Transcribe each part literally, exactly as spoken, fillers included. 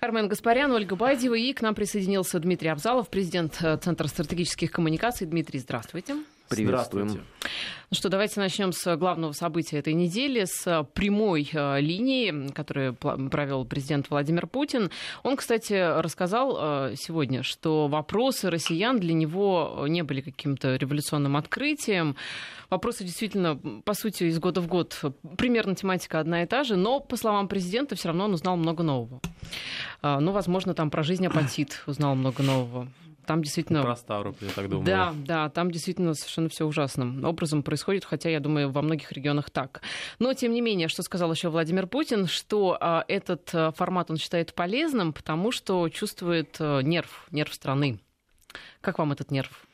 Армен Гаспарян, Ольга Бадьева, и к нам присоединился Дмитрий Абзалов, президент Центра стратегических коммуникаций. Дмитрий, здравствуйте. Приветствуем. Ну что, давайте начнем с главного события этой недели, с прямой линии, которую провел президент Владимир Путин. Он, кстати, рассказал сегодня, что вопросы россиян для него не были каким-то революционным открытием. Вопросы действительно, по сути, из года в год примерно тематика одна и та же, но, по словам президента, все равно он узнал много нового. Ну, возможно, там про жизнь апатит узнал много нового. Там действительно... Про Ставрополь, я так думаю. Да, да, там действительно совершенно все ужасным образом происходит, хотя, я думаю, во многих регионах так. Но, тем не менее, что сказал еще Владимир Путин, что а, этот а, формат он считает полезным, потому что чувствует а, нерв, нерв страны. Как вам этот нерв?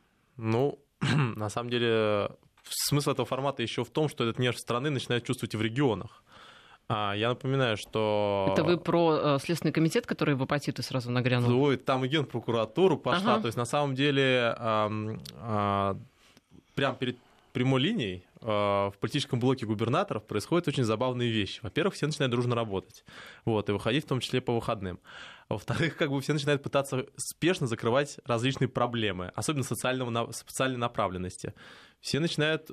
Ну, на самом деле, смысл этого формата еще в том, что этот нерв страны начинает чувствовать и в регионах. А, я напоминаю, что... Это вы про э, Следственный комитет, который в апатиты сразу нагрянул? Ой, там и Генпрокуратуру пошла. Ага. То есть, на самом деле, э, э, прямо перед прямой линией э, в политическом блоке губернаторов происходят очень забавные вещи. Во-первых, все начинают дружно работать. Вот, и выходить в том числе по выходным. Во-вторых, как бы все начинают пытаться спешно закрывать различные проблемы, особенно социального, социальной направленности. Все начинают...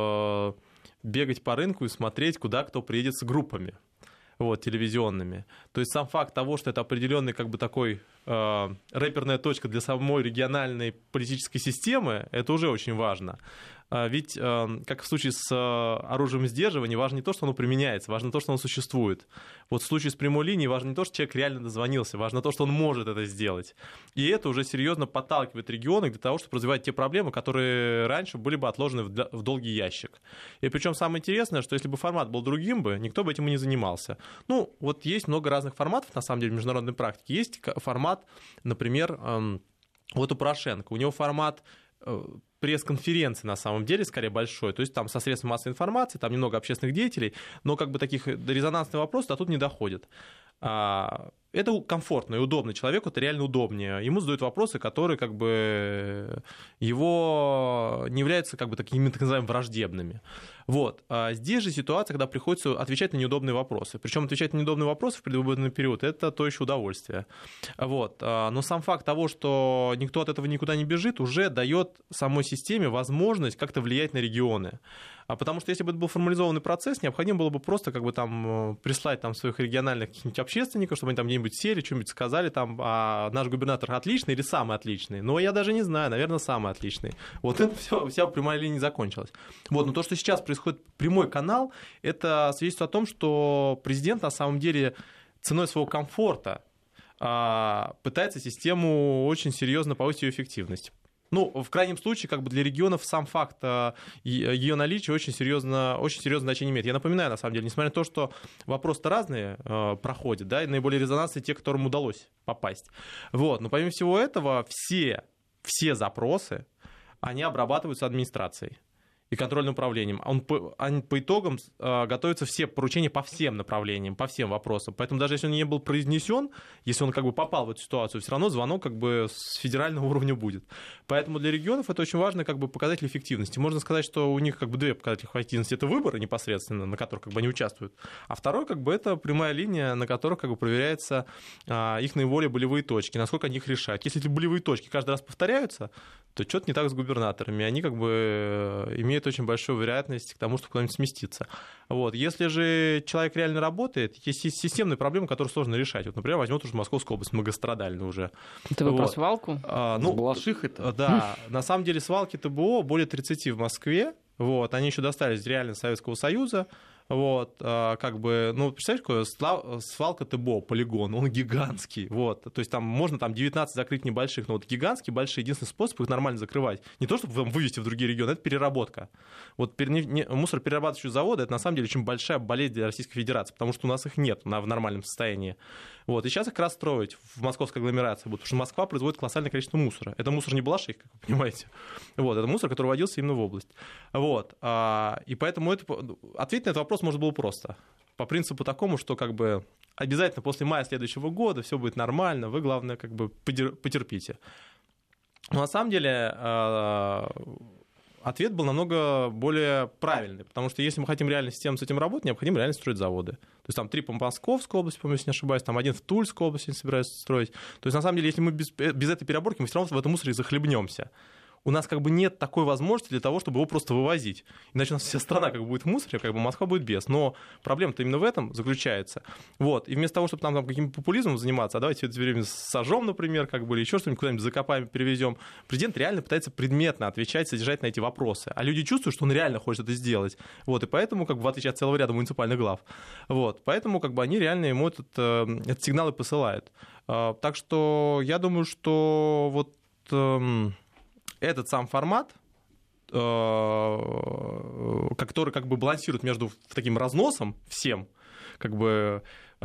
Э, бегать по рынку и смотреть, куда кто приедет с группами, вот, телевизионными. То есть сам факт того, что это определенный как бы такой э, рэперная точка для самой региональной политической системы, это уже очень важно. Ведь, как в случае с оружием сдерживания, важно не то, что оно применяется, важно то, что оно существует. Вот в случае с прямой линией важно не то, что человек реально дозвонился, важно то, что он может это сделать. И это уже серьезно подталкивает регионы для того, чтобы развивать те проблемы, которые раньше были бы отложены в долгий ящик. И причем самое интересное, что если бы формат был другим бы, никто бы этим и не занимался. Ну, вот есть много разных форматов, на самом деле, в международной практике. Есть формат, например, вот у Порошенко. У него формат пресс-конференции, на самом деле, скорее большой, то есть там со средств массовой информации, там немного общественных деятелей, но как бы таких резонансных вопросов до тут не доходит. Это комфортно и удобно человеку, это реально удобнее. Ему задают вопросы, которые как бы его не являются как бы такими, так называемыми, враждебными. Вот. А здесь же ситуация, когда приходится отвечать на неудобные вопросы. Причем отвечать на неудобные вопросы в предвыборный период – это то еще удовольствие. Вот. Но сам факт того, что никто от этого никуда не бежит, уже дает самой системе возможность как-то влиять на регионы. Потому что если бы это был формализованный процесс, необходимо было бы просто как бы там прислать там своих региональных каких-нибудь общественников, чтобы они там где-нибудь сели, что-нибудь сказали, там, а наш губернатор отличный или самый отличный. Но я даже не знаю, наверное, самый отличный. Вот это все, вся прямая линия закончилась. Вот, но то, что сейчас происходит прямой канал, это свидетельствует о том, что президент на самом деле ценой своего комфорта пытается систему очень серьезно повысить ее эффективность. Ну, в крайнем случае, как бы для регионов сам факт ее наличия очень серьезно, очень серьезное значение имеет. Я напоминаю, на самом деле, несмотря на то, что вопросы-то разные э, проходят, да, и наиболее резонансные те, которым удалось попасть. Вот. Но помимо всего этого, все, все запросы, они обрабатываются администрацией и контрольным управлением. Он по, он, по итогам э, готовятся все поручения по всем направлениям, по всем вопросам. Поэтому даже если он не был произнесен, если он как бы попал в эту ситуацию, все равно звонок как бы с федерального уровня будет. Поэтому для регионов это очень важный как бы показатель эффективности. Можно сказать, что у них как бы две показатели эффективности. Это выборы непосредственно, на которых как бы они участвуют. А второй как бы это прямая линия, на которой как бы проверяется э, их наиболее болевые точки, насколько они их решают. Если эти болевые точки каждый раз повторяются, то что-то не так с губернаторами. Они как бы имеют очень большую вероятность к тому, чтобы куда-нибудь сместиться. Вот. Если же человек реально работает, есть системные проблемы, которые сложно решать. Вот, например, возьмем уже Московскую область, многострадальную уже. Это вы вот. Про свалку? А, ну, с Балашихой-то? Да. На самом деле свалки ТБО более тридцати в Москве. Вот. Они еще достались реально Советского Союза. Вот, как бы, ну, представляешь, какое свалка ТБО, полигон, он гигантский, вот, то есть там можно там девятнадцать закрыть небольших, но вот гигантские, большие, единственный способ их нормально закрывать, не то, чтобы вывести в другие регионы, это переработка. Вот мусороперерабатывающие заводы, это на самом деле очень большая болезнь для Российской Федерации, потому что у нас их нет в нормальном состоянии. Вот, и сейчас их как раз строить в московской агломерации, потому что Москва производит колоссальное количество мусора. Это мусор не Балаших, как вы понимаете. Вот, это мусор, который вводился именно в область. Вот, и поэтому это, ответить на этот вопрос можно было просто. По принципу такому, что как бы обязательно после мая следующего года все будет нормально, вы, главное, как бы потерпите. Но на самом деле ответ был намного более правильный, потому что если мы хотим реально систему с этим работать, необходимо реально строить заводы. То есть там три по Московской области, по-моему, если не ошибаюсь, там один в Тульской области собираются строить. То есть на самом деле, если мы без, без этой переборки, мы все равно в этом мусоре захлебнемся. У нас как бы нет такой возможности для того, чтобы его просто вывозить. Иначе у нас вся страна как бы будет в мусоре, как бы Москва будет без. Но проблема-то именно в этом заключается. Вот. И вместо того, чтобы там, там каким-то популизмом заниматься, а давайте это время сожжем, например, как бы, или еще что-нибудь куда-нибудь закопаем, перевезем, президент реально пытается предметно отвечать, содержать на эти вопросы. А люди чувствуют, что он реально хочет это сделать. Вот. И поэтому, как бы, в отличие от целого ряда муниципальных глав, вот. Поэтому как бы, они реально ему этот, этот сигнал и посылают. Так что я думаю, что вот... этот сам формат, который как бы балансирует между таким разносом всем, как бы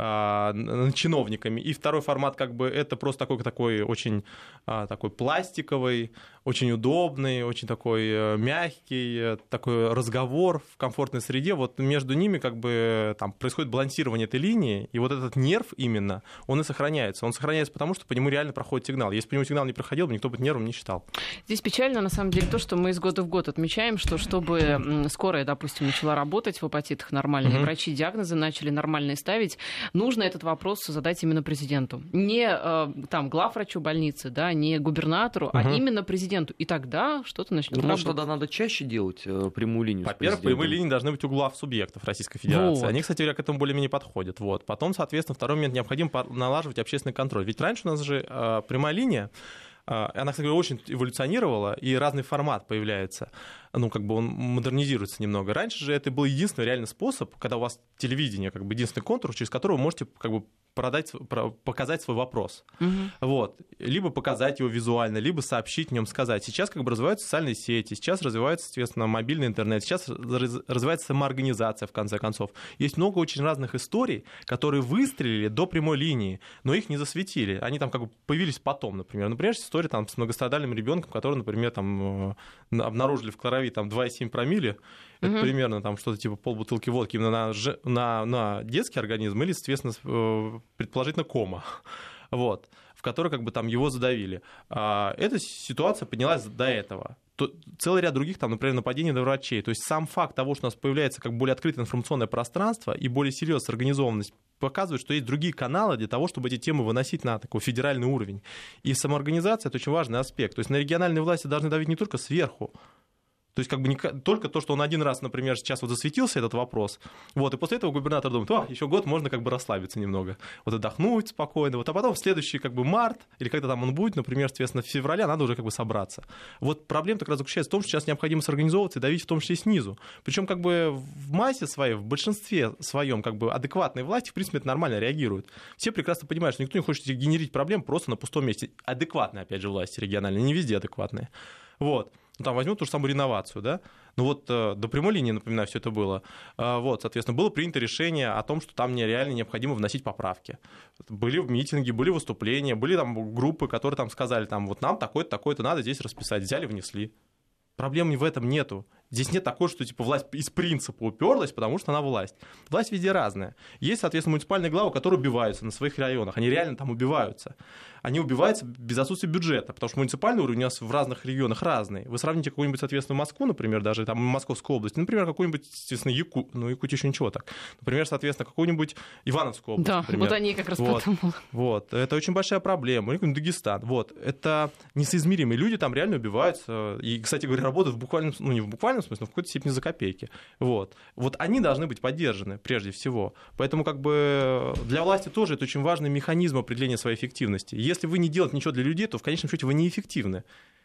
чиновниками, и второй формат как бы это просто такой, такой очень такой пластиковый, очень удобный, очень такой мягкий, такой разговор в комфортной среде. Вот между ними как бы там происходит балансирование этой линии, и вот этот нерв именно, он и сохраняется. Он сохраняется потому, что по нему реально проходит сигнал. Если по нему сигнал не проходил, никто бы это нервом не считал. Здесь печально, на самом деле, то, что мы из года в год отмечаем, что чтобы скорая, допустим, начала работать в апатитах нормальные, mm-hmm. врачи диагнозы начали нормальные ставить, нужно этот вопрос задать именно президенту. Не там главврачу больницы, да, не губернатору, угу. а именно президенту. И тогда что-то начнет работать. Может, тогда надо чаще делать прямую линию с Во-первых, прямые линии должны быть у глав субъектов Российской Федерации. Вот. Они, кстати говоря, к этому более-менее подходят. Вот. Потом, соответственно, второй момент, необходимо налаживать общественный контроль. Ведь раньше у нас же э, прямая линия, э, она, кстати говоря, очень эволюционировала, и разный формат появляется. Ну, как бы он модернизируется немного. Раньше же это был единственный реальный способ, когда у вас телевидение, как бы единственный контур, через который вы можете как бы продать, показать свой вопрос. Угу. Вот. Либо показать его визуально, либо сообщить в нем, сказать. Сейчас как бы развиваются социальные сети, сейчас развивается, соответственно, мобильный интернет, сейчас развивается самоорганизация, в конце концов. Есть много очень разных историй, которые выстрелили до прямой линии, но их не засветили. Они там как бы появились потом, например. Например, история там с многострадальным ребенком, который, например, там обнаружили в крови там два и семь промилле. Это угу. примерно там что-то типа полбутылки водки именно на, на, на детский организм или, соответственно, предположительно кома, вот, в которой как бы там его задавили. А эта ситуация поднялась до этого. То, целый ряд других, там, например, нападений на врачей. То есть сам факт того, что у нас появляется как более открытое информационное пространство и более серьезная организованность, показывает, что есть другие каналы для того, чтобы эти темы выносить на такой федеральный уровень. И самоорганизация – это очень важный аспект. То есть на региональные власти должны давить не только сверху, то есть как бы не только то, что он один раз, например, сейчас вот засветился этот вопрос, вот, и после этого губернатор думает, а, еще год можно как бы расслабиться немного, вот отдохнуть спокойно, вот, а потом в следующий как бы март, или когда там он будет, например, соответственно, в феврале, надо уже как бы собраться. Вот проблема как раз заключается в том, что сейчас необходимо сорганизовываться и давить в том числе и снизу. Причем как бы в массе своей, в большинстве своем как бы адекватные власти, в принципе, это нормально реагируют. Все прекрасно понимают, что никто не хочет генерить проблем просто на пустом месте. Адекватные, опять же, власти региональные, не везде адекватные. Вот. Ну, там возьмем ту же самую реновацию, да, ну вот э, до прямой линии, напоминаю, все это было, э, вот, соответственно, было принято решение о том, что там мне реально необходимо вносить поправки. Были митинги, были выступления, были там группы, которые там сказали, там, вот нам такое-то, такое-то надо здесь расписать, взяли, внесли. Проблем в этом нету. Здесь нет такого, что типа власть из принципа уперлась, потому что она власть. Власть везде разная. Есть, соответственно, муниципальные главы, которые убиваются на своих районах. Они реально там убиваются. Они убиваются без отсутствия бюджета, потому что муниципальный уровень у нас в разных регионах разный. Вы сравните какую-нибудь, соответственно, Москву, например, даже там Московскую область, например, какую-нибудь, естественно, Яку... ну, Якутию еще ничего так. Например, соответственно, какую-нибудь Ивановскую область. Да, например. вот они как раз вот. подумала. Вот. Это очень большая проблема. Или Дагестан. Вот. Это несоизмеримые люди там реально убиваются. И, кстати говоря, работают в буквальном, ну не в буквальном смысле, но в какой-то степени за копейки. Вот. Вот они должны быть поддержаны прежде всего. Поэтому как бы для власти тоже это очень важный механизм определения своей эффективности. Если вы не делаете ничего для людей, то в конечном счете вы неэффективны.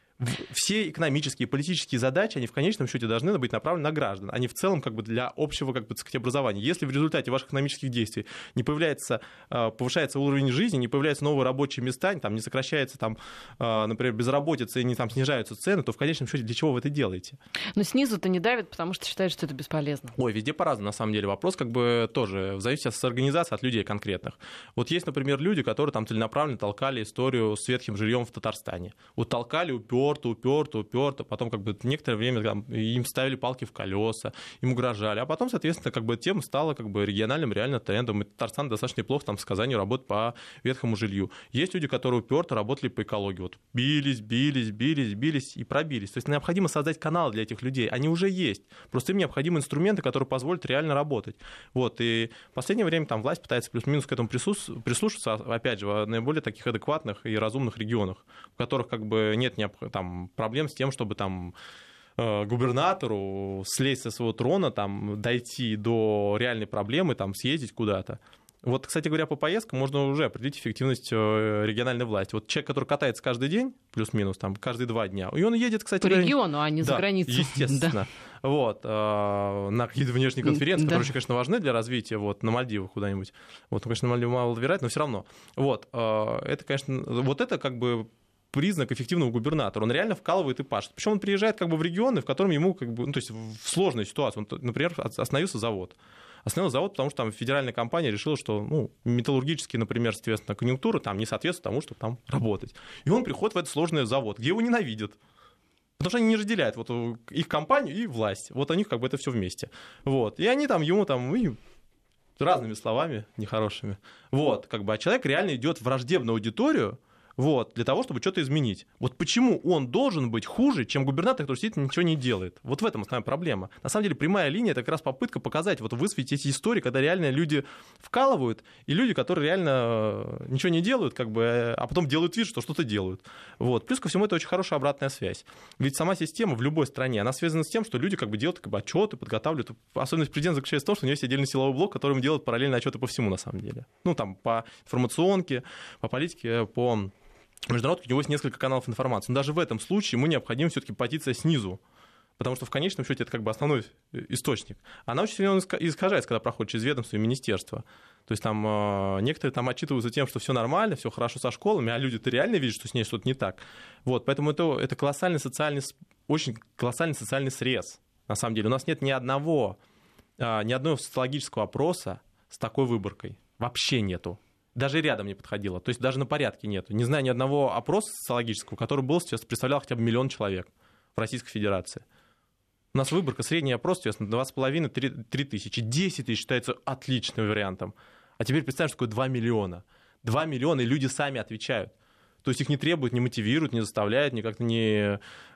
Все экономические и политические задачи, они в конечном счете должны быть направлены на граждан, а не в целом как бы для общего, как бы, так сказать, образования. Если в результате ваших экономических действий не появляется, повышается уровень жизни, не появляются новые рабочие места, там, не сокращается, там, например, безработица и не там, снижаются цены, то в конечном счете для чего вы это делаете? Но снизу-то не давят, потому что считают, что это бесполезно. Ой, везде по-разному, на самом деле. Вопрос как бы тоже зависит от организации, от людей конкретных. Вот есть, например, люди, которые там целенаправленно толкали историю с ветхим жильем в Татарстане. Вот толкали, уперлись, уперто, уперто, уперто, потом как бы некоторое время там, им ставили палки в колеса, им угрожали, а потом, соответственно, как бы тема стала как бы региональным реально трендом, и Татарстан достаточно неплохо там с Казанью работает по ветхому жилью. Есть люди, которые уперто работали по экологии, вот бились, бились, бились, бились и пробились. То есть необходимо создать каналы для этих людей, они уже есть, просто им необходимы инструменты, которые позволят реально работать. Вот, и в последнее время там власть пытается плюс-минус к этому прислушаться, опять же, в наиболее таких адекватных и разумных регионах, в которых как бы нет там, проблем с тем, чтобы там губернатору слезть со своего трона, там, дойти до реальной проблемы, там, съездить куда-то. Вот, кстати говоря, по поездкам можно уже определить эффективность региональной власти. Вот человек, который катается каждый день, плюс-минус, там, каждые два дня, и он едет, кстати... По региону, а не да, за границу. Естественно. Да. Вот, на какие-то внешние конференции, да. которые, конечно, важны для развития, вот, на Мальдивах куда-нибудь. Вот, ну, конечно, на Мальдивах мало вероятно, но все равно. Вот, это, конечно, вот это как бы признак эффективного губернатора. Он реально вкалывает и пашет. Причем он приезжает как бы в регионы, в котором ему, как бы, ну, то есть в сложной ситуации. Он, например, остановился завод. Остановил завод, потому что там федеральная компания решила, что ну, металлургические, например, соответственно, конъюнктуры там не соответствуют тому, чтобы там работать. И он приходит в этот сложный завод, где его ненавидят. Потому что они не разделяют вот их компанию и власть. Вот у них как бы это все вместе. Вот. И они там ему там и разными словами нехорошими. Вот, как бы, а человек реально идет в враждебную аудиторию, вот, для того, чтобы что-то изменить. Вот почему он должен быть хуже, чем губернатор, который сидит и ничего не делает? Вот в этом основная проблема. На самом деле прямая линия — это как раз попытка показать, вот высветить эти истории, когда реально люди вкалывают, и люди, которые реально ничего не делают, как бы, а потом делают вид, что что-то делают. Вот. Плюс ко всему это очень хорошая обратная связь. Ведь сама система в любой стране, она связана с тем, что люди как бы делают как бы, отчеты, подготавливают. Особенность президента заключается в том, что у него есть отдельный силовой блок, которым делают параллельно отчеты по всему на самом деле. Ну, там, по информационке, по политике, по... Международный, у него есть несколько каналов информации. Но даже в этом случае ему необходима все-таки позиция снизу, потому что в конечном счете это как бы основной источник. Она очень сильно искажается, когда проходит через ведомство и министерство. То есть там э, некоторые там отчитываются тем, что все нормально, все хорошо со школами, а люди-то реально видят, что с ней что-то не так. Вот, поэтому это, это колоссальный социальный, очень колоссальный социальный срез. На самом деле у нас нет ни одного, э, ни одного социологического опроса с такой выборкой. Вообще нету. Даже рядом не подходило, то есть даже на порядке нет. Не знаю ни одного опроса социологического, который был сейчас, представлял хотя бы миллион человек в Российской Федерации. У нас выборка, средний опрос, соответственно, два с половиной - три тысячи. десять тысяч считается отличным вариантом. А теперь представим, что такое два миллиона. два миллиона, и люди сами отвечают. То есть их не требуют, не мотивируют, не заставляют, никак не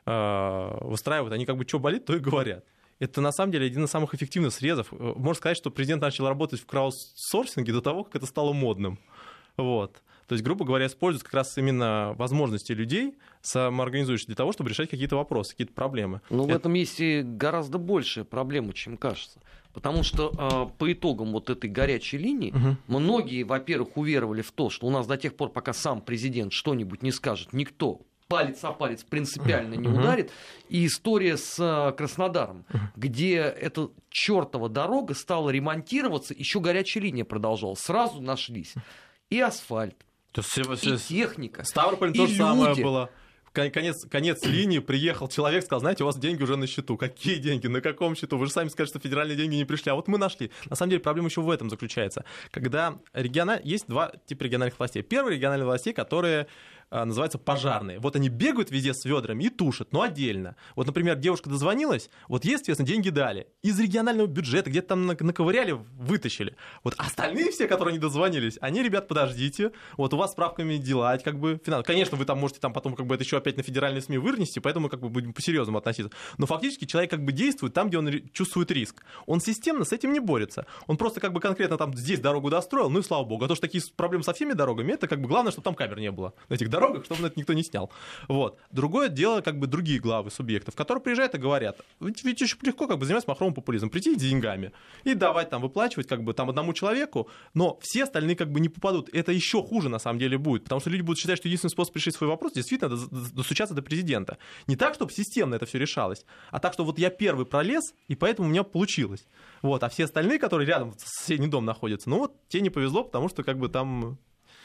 э, выстраивают. Они как бы что болит, то и говорят. Это, на самом деле, один из самых эффективных срезов. Можно сказать, что президент начал работать в краудсорсинге до того, как это стало модным. Вот. То есть, грубо говоря, используют как раз именно возможности людей, самоорганизующихся, для того, чтобы решать какие-то вопросы, какие-то проблемы. Но это... в этом есть и гораздо большая проблема, чем кажется. Потому что э, по итогам вот этой горячей линии угу. многие, во-первых, уверовали в то, что у нас до тех пор, пока сам президент что-нибудь не скажет, никто палец о палец принципиально не uh-huh. ударит. И история с uh, Краснодаром, uh-huh. где эта чертова дорога стала ремонтироваться, еще горячая линия продолжалась. Сразу нашлись и асфальт, то и с... техника, Ставрополь и то же люди. Самое было. Конец, конец линии, приехал человек, сказал, знаете, у вас деньги уже на счету. Какие деньги? На каком счету? Вы же сами скажете, что федеральные деньги не пришли. А вот мы нашли. На самом деле проблема еще в этом заключается. Когда региональ... есть два типа региональных властей. Первые региональные власти, которые называются пожарные. Вот они бегают везде с ведрами и тушат, но отдельно. Вот, например, девушка дозвонилась, вот ей, естественно, деньги дали. Из регионального бюджета где-то там наковыряли, вытащили. Вот остальные все, которые не дозвонились, они, ребят, подождите, вот у вас справками дела, как бы, финанс. Конечно, вы там можете там потом как бы это еще опять на федеральные СМИ вынести, поэтому как бы будем по-серьезному относиться. Но фактически человек как бы действует там, где он чувствует риск. Он системно с этим не борется. Он просто как бы конкретно там здесь дорогу достроил, ну и слава богу. А то, что такие проблемы со всеми дорогами, это как бы главное, чтобы там камер не было на этих дорогах, чтобы это никто не снял. Вот. Другое дело, как бы другие главы субъектов, которые приезжают и говорят, ведь, ведь очень легко как бы заниматься махровым популизмом, прийти с деньгами и давать там выплачивать как бы там одному человеку, но все остальные как бы не попадут. Это еще хуже на самом деле будет, потому что люди будут считать, что единственный способ решить свой вопрос действительно достучаться до президента. Не так, чтобы системно это все решалось, а так, что вот я первый пролез, и поэтому у меня получилось. Вот. А все остальные, которые рядом в соседний дом находятся, ну вот те не повезло, потому что как бы там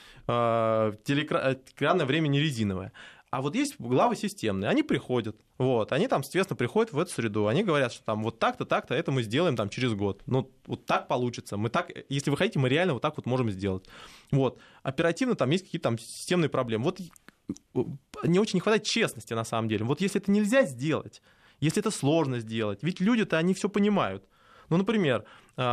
телеэкранное время не резиновое. А вот есть главы системные, они приходят, вот, они там, соответственно, приходят в эту среду, они говорят, что там вот так-то, так-то, это мы сделаем там через год. Ну, вот так получится. Мы так, если вы хотите, мы реально вот так вот можем сделать. Вот. Оперативно там есть какие-то там системные проблемы. Вот не очень не хватает честности на самом деле. Вот если это нельзя сделать, если это сложно сделать, ведь люди-то, они все понимают. Ну, например,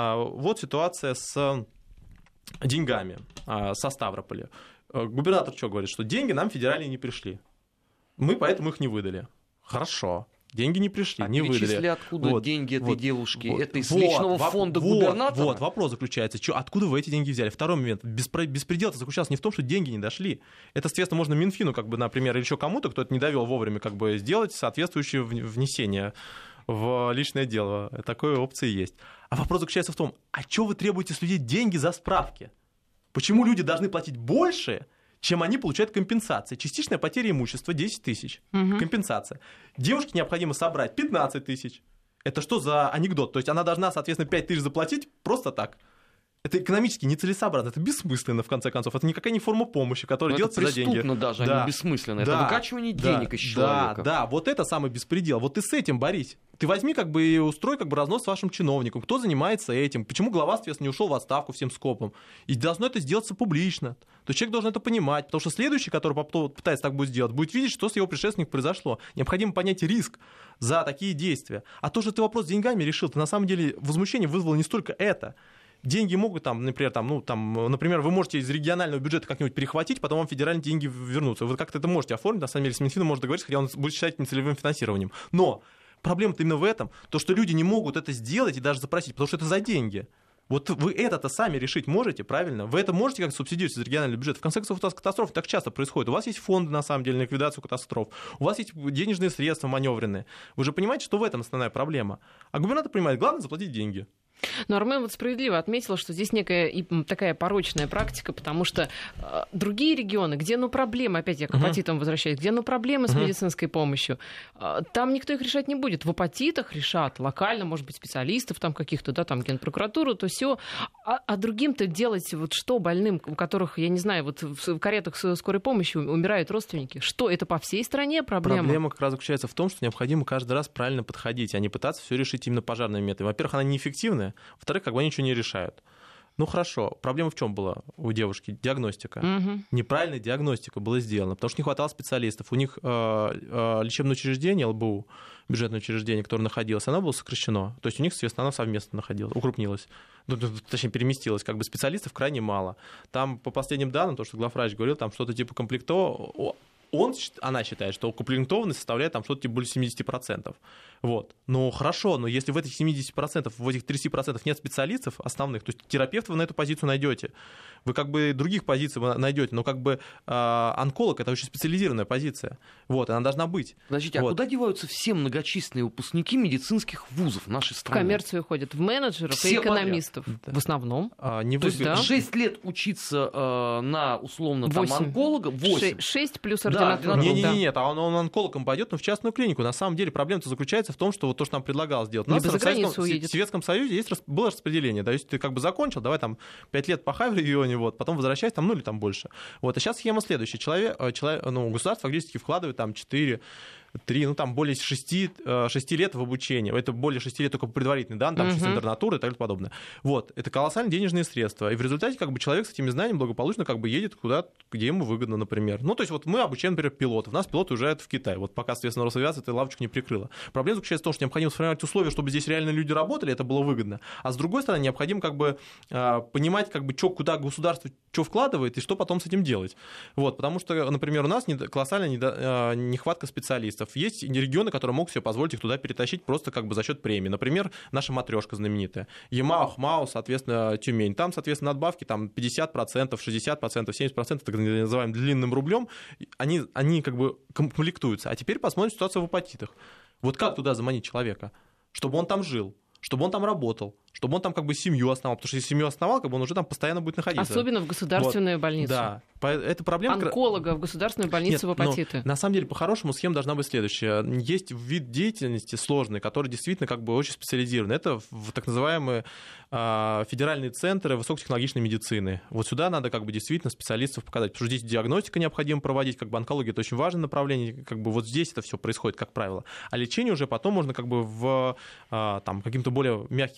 вот ситуация с деньгами, со Ставрополя. Губернатор что говорит? Что деньги нам федеральные не пришли. Мы поэтому их не выдали. Хорошо. Деньги не пришли, а не выдали. Откуда вот, деньги этой вот, девушки? Вот, это из вот, личного вот, фонда вот, губернатора? Вот, вопрос заключается, что, откуда вы эти деньги взяли? Второй момент. Беспро- беспредел заключался не в том, что деньги не дошли. Это, соответственно, можно Минфину, как бы, например, или еще кому-то, кто это не довел вовремя, как бы, сделать соответствующее внесение в личное дело. Такой опции есть. А вопрос заключается в том, а что вы требуете с людей деньги за справки? Почему люди должны платить больше, чем они получают компенсации? Частичная потеря имущества десять тысяч. Угу. Компенсация. Девушке необходимо собрать пятнадцать тысяч. Это что за анекдот? То есть она должна, соответственно, пять тысяч заплатить просто так. Это экономически нецелесообразно, это бессмысленно, в конце концов. Это никакая не форма помощи, которая Но делается за деньги. Это преступно даже, да. а не бессмысленно. Да. Это выкачивание да. денег из человека. Да, да, вот это самый беспредел. Вот ты с этим борись. Ты возьми как бы и устрой как бы разнос вашим чиновникам. Кто занимается этим? Почему глава, соответственно, не ушел в отставку всем скопом? И должно это сделаться публично. То есть человек должен это понимать, потому что следующий, который пытается так будет сделать, будет видеть, что с его предшественником произошло. Необходимо понять риск за такие действия. А то, что ты вопрос с деньгами решил, ты на самом деле возмущение вызвало не столько это. Деньги могут, там, например, там, ну, там, например, вы можете из регионального бюджета как-нибудь перехватить, потом вам федеральные деньги вернутся. Вы как-то это можете оформить, на самом деле, с Минфином можно договориться, хотя он будет считать нецелевым финансированием. Но проблема-то именно в этом, то, что люди не могут это сделать и даже запросить, потому что это за деньги. Вот вы это-то сами решить можете, правильно? Вы это можете как-то субсидировать из регионального бюджета. В конце концов, у вас катастрофы так часто происходят. У вас есть фонды, на самом деле, на ликвидацию катастроф. У вас есть денежные средства маневренные. Вы же понимаете, что в этом основная проблема. А губернатор понимает, главное заплатить деньги. Но Армен вот справедливо отметил, что здесь некая и такая порочная практика, потому что э, другие регионы, где ну проблемы, опять я к апатитам uh-huh. возвращаюсь, где ну проблемы с uh-huh. медицинской помощью, э, там никто их решать не будет. В апатитах решат локально, может быть, специалистов там каких-то, да, там генпрокуратуру, то все. А, а другим-то делать вот что больным, у которых, я не знаю, вот в каретах скорой помощи умирают родственники? Что, это по всей стране проблема? Проблема как раз заключается в том, что необходимо каждый раз правильно подходить, а не пытаться все решить именно пожарными методами. Во-первых, она неэффективная. Во-вторых, как бы они ничего не решают. Ну хорошо, проблема в чем была у девушки? Диагностика. Угу. Неправильная диагностика была сделана, потому что не хватало специалистов. У них э, э, лечебное учреждение, ЛБУ, бюджетное учреждение, которое находилось, оно было сокращено. То есть у них, соответственно, оно совместно находилось, укрупнилось. Ну, точнее, переместилось. Как бы специалистов крайне мало. Там, по последним данным, то, что главврач говорил, там что-то типа комплектового... Он, она считает, что укомплектованность составляет там что-то типа более семьдесят процентов. Вот. Ну, хорошо, но если в этих семьдесят процентов, в этих тридцать процентов нет специалистов основных, то есть терапевта вы на эту позицию найдете. Вы как бы других позиций вы найдете, но как бы э, онколог — это очень специализированная позиция. Вот, она должна быть. Подождите, вот. А куда деваются все многочисленные выпускники медицинских вузов нашей страны? В коммерцию ходят, в менеджеров все и экономистов. Да. В основном. А, не то вы... есть да? шесть лет учиться э, на условно там, онколога, восемь. шесть плюс ординатура. Да, не, не, не, нет, а он, он онкологом пойдет, но в частную клинику. На самом деле проблема-то заключается в том, что вот то, что нам предлагалось сделать. У нас в Советском, в Советском Союзе есть, было распределение. Да, если ты как бы закончил, давай там пять лет пахай в регионе, вот, потом возвращайся, там, ну или там больше. Вот, а сейчас схема следующая. Человек, человек, ну, государство фактически вкладывает там четыре, три, ну там более шести, шести лет в обучение. Это более шести лет только по предварительной, да, там uh-huh. часть интернатуры и так далее подобное. Вот, это колоссальные денежные средства. И в результате как бы человек с этими знаниями благополучно как бы едет куда, где ему выгодно, например. Ну, то есть вот мы обучаем, например, пилотов. Нас пилоты уезжают в Китай. Вот пока, соответственно, Росавиация эта лавочку не прикрыла. Проблема заключается в том, что необходимо сформировать условия, чтобы здесь реально люди работали, это было выгодно. А с другой стороны, необходимо как бы понимать, как бы, что, куда государство что вкладывает и что потом с этим делать. Вот, потому что, например, у нас колоссальная нехватка специалистов. Есть регионы, которые могут себе позволить их туда перетащить просто как бы за счет премии. Например, наша матрешка знаменитая. Ямал, Хмао, соответственно, Тюмень. Там, соответственно, надбавки там пятьдесят процентов, шестьдесят процентов, семьдесят процентов, так называемым длинным рублем, они, они как бы комплектуются. А теперь посмотрим ситуацию в апатитах. Вот как туда заманить человека? Чтобы он там жил, чтобы он там работал, чтобы он там как бы семью основал, потому что если семью основал, как бы он уже там постоянно будет находиться. Особенно в государственную вот. больницу. Да. Это проблема... Онколога в государственную больницу. Нет, в апатиты. На самом деле, по-хорошему, схема должна быть следующая. Есть вид деятельности сложный, который действительно как бы очень специализирован. Это в так называемые э, федеральные центры высокотехнологичной медицины. Вот сюда надо как бы действительно специалистов показать, потому что здесь диагностика необходимо проводить, как бы онкология — это очень важное направление, как бы вот здесь это все происходит, как правило. А лечение уже потом можно как бы в э, там, каких-то более мягких форматах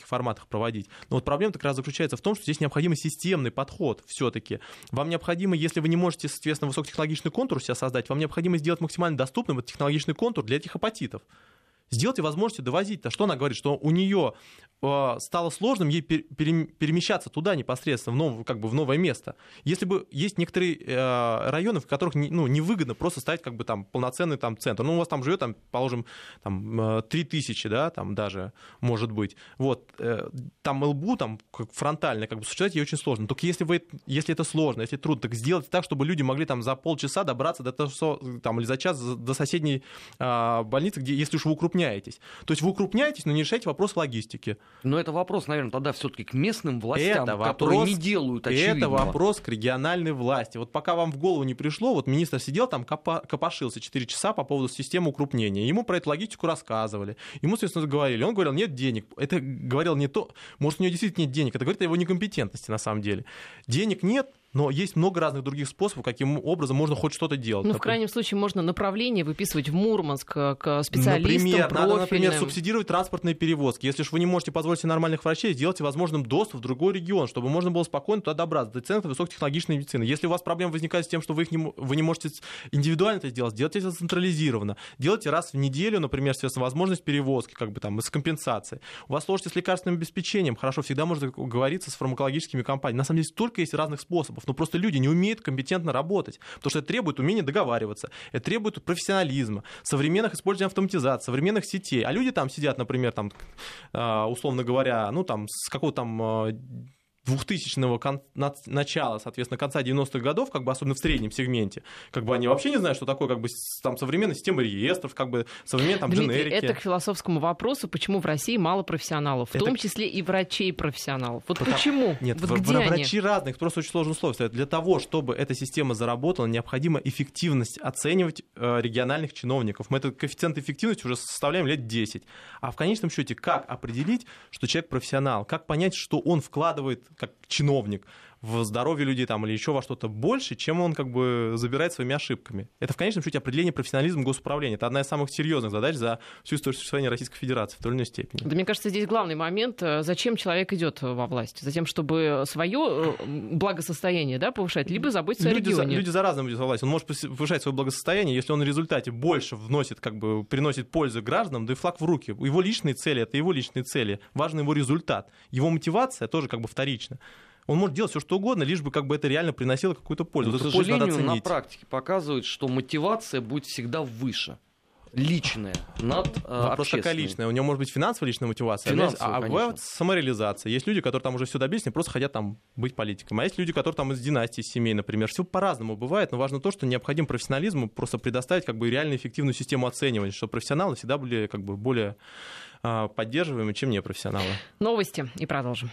проводить. Но вот проблема как раз заключается в том, что здесь необходим системный подход все-таки. Вам необходимо, если вы не можете, соответственно, высокотехнологичный контур себя создать, вам необходимо сделать максимально доступным этот технологичный контур для этих апатитов. Сделайте возможность довозить. А что она говорит? Что у нее э, стало сложным ей пер, пере, перемещаться туда непосредственно, в, нов, как бы в новое место. Если бы есть некоторые э, районы, в которых не, ну, невыгодно просто ставить как бы, там, полноценный там, центр. Ну, у вас там живет, там, положим, там, три тысячи, да, там даже, может быть. Вот, э, там эл бэ у, там, как фронтально, как бы, существовать ей очень сложно. Только если, вы, если это сложно, если трудно, так сделайте так, чтобы люди могли там, за полчаса добраться до того, там, или за час до соседней э, больницы, где, если уж вы укрупняете. То есть вы укрупняетесь, но не решаете вопрос логистики. Но это вопрос, наверное, тогда все-таки к местным властям, это которые вопрос, не делают очевидного. Это вопрос к региональной власти. Вот пока вам в голову не пришло, вот министр сидел там, копа, копошился четыре часа по поводу системы укрупнения. Ему про эту логистику рассказывали. Ему, соответственно, говорили. Он говорил, нет денег. Это говорил не то. Может, у него действительно нет денег. Это говорит о его некомпетентности на самом деле. Денег нет. Но есть много разных других способов, каким образом можно хоть что-то делать. Ну, в крайнем случае, можно направление выписывать в Мурманск к специалистам, например, профильным. Надо, например, субсидировать транспортные перевозки. Если же вы не можете позволить себе нормальных врачей, сделайте возможным доступ в другой регион, чтобы можно было спокойно туда добраться, до центра высокотехнологичной медицины. Если у вас проблемы возникают с тем, что вы, их не, вы не можете индивидуально это сделать, сделайте это централизированно. Делайте раз в неделю, например, соответственно, возможность перевозки, как бы там, с компенсацией. У вас сложности с лекарственным обеспечением, хорошо, всегда можно говориться с фармакологическими компаниями. На самом деле, столько есть разных способов, но просто люди не умеют умеет компетентно работать, потому что это требует умения договариваться, это требует профессионализма, современных использования автоматизации, современных сетей. А люди там сидят, например, там, условно говоря, ну там с какого-то там двухтысячного кон- начала, соответственно, конца девяностых годов, как бы особенно в среднем сегменте, как бы они вообще не знают, что такое как бы там современная система реестров, как бы современные там Дмитрий, дженерики. Это к философскому вопросу, почему в России мало профессионалов, в это... том числе и врачей-профессионалов. Вот Потому... почему? Нет, вот в... где врачи они? разные, просто очень сложные условия стоят. Для того, чтобы эта система заработала, необходимо эффективность оценивать э, региональных чиновников. Мы этот коэффициент эффективности уже составляем лет десять. А в конечном счете, как определить, что человек профессионал? Как понять, что он вкладывает как чиновник в здоровье людей там, или еще во что-то больше, чем он как бы забирает своими ошибками. Это в конечном счете определение профессионализма госуправления. Это одна из самых серьезных задач за всю историю существования Российской Федерации в той или иной степени. Да, мне кажется, здесь главный момент, зачем человек идет во власть? Затем, чтобы свое благосостояние, да, повышать, либо заботиться люди о регионе. За, люди за-разному идут во власть. Он может повышать свое благосостояние, если он в результате больше вносит, как бы, приносит пользу гражданам, да и флаг в руки. Его личные цели — это его личные цели. Важен его результат. Его мотивация тоже как бы вторична. Он может делать все, что угодно, лишь бы как бы это реально приносило какую-то пользу. Но, вот к сожалению, на практике показывает, что мотивация будет всегда выше. Личная над э, Вопрос общественной. Такая личная. У него может быть финансовая личная мотивация, финансовая, а бывает самореализация. Есть люди, которые там уже все добились, не просто хотят там быть политиком. А есть люди, которые там из династии, семей, например. Все по-разному бывает, но важно то, что необходим профессионализм, просто предоставить как бы реально эффективную систему оценивания, чтобы профессионалы всегда были как бы более э, поддерживаемы, чем непрофессионалы. Новости и продолжим.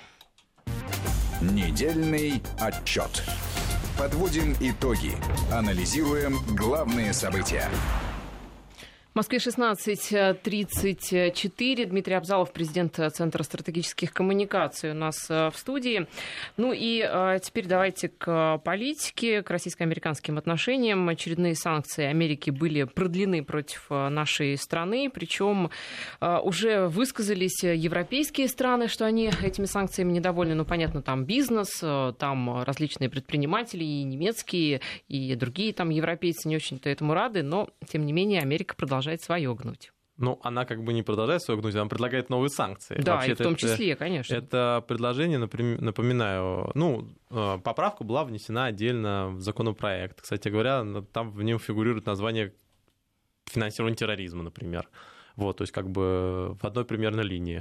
Недельный отчет. Подводим итоги. Анализируем главные события. В Москве шестнадцать тридцать четыре. Дмитрий Абзалов, президент Центра стратегических коммуникаций, у нас в студии. Ну и теперь давайте к политике, к российско-американским отношениям. Очередные санкции Америки были продлены против нашей страны, причем уже высказались европейские страны, что они этими санкциями недовольны. Ну, понятно, там бизнес, там различные предприниматели, и немецкие, и другие там европейцы не очень-то этому рады, но, тем не менее, Америка продолжает свое гнуть. Ну, она как бы не продолжает свое гнуть, она предлагает новые санкции. Да, Вообще, и в том это, числе, конечно. Это предложение, напоминаю, ну, поправка была внесена отдельно в законопроект. Кстати говоря, там в нем фигурирует название финансирования терроризма, например. Вот, то есть как бы в одной примерно линии.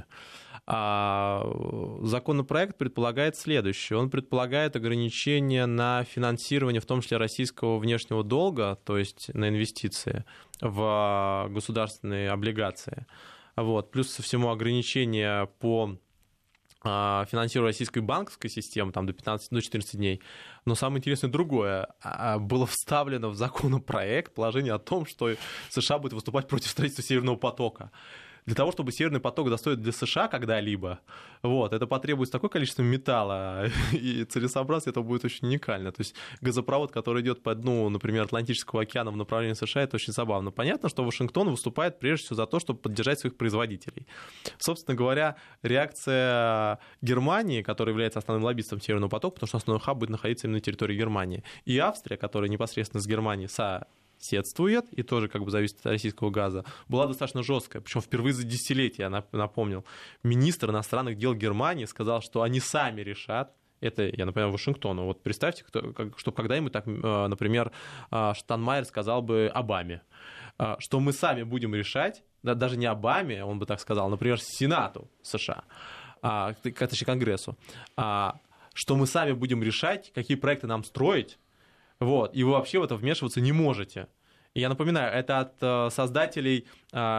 А законопроект предполагает следующее. Он предполагает ограничения на финансирование, в том числе российского внешнего долга, то есть на инвестиции в государственные облигации. Вот. Плюс ко всему ограничения по финансированию российской банковской системы там, до пятнадцати, до четырнадцати дней. Но самое интересное другое. Было вставлено в законопроект положение о том, что США будет выступать против строительства Северного потока. для того, чтобы Северный поток достоит для США когда-либо, вот, это потребуется такое количество металла, и целесообразно это будет очень уникально. То есть газопровод, который идет по дну, например, Атлантического океана в направлении США, это очень забавно. Понятно, что Вашингтон выступает прежде всего за то, чтобы поддержать своих производителей. Собственно говоря, реакция Германии, которая является основным лоббистом Северного потока, потому что основной хаб будет находиться именно на территории Германии, и Австрия, которая непосредственно с Германией соседствует и тоже как бы зависит от российского газа, была достаточно жесткая. Причем впервые за десятилетия, я напомнил, министр иностранных дел Германии сказал, что они сами решат. Это, я напоминаю, Вашингтону. Вот представьте, кто, что когда-нибудь так, например, Штайнмайер сказал бы Обаме, что мы сами будем решать, даже не Обаме, он бы так сказал, например, Сенату США, точнее, Конгрессу, что мы сами будем решать, какие проекты нам строить, вот, и вы вообще в это вмешиваться не можете. И я напоминаю, это от э, создателей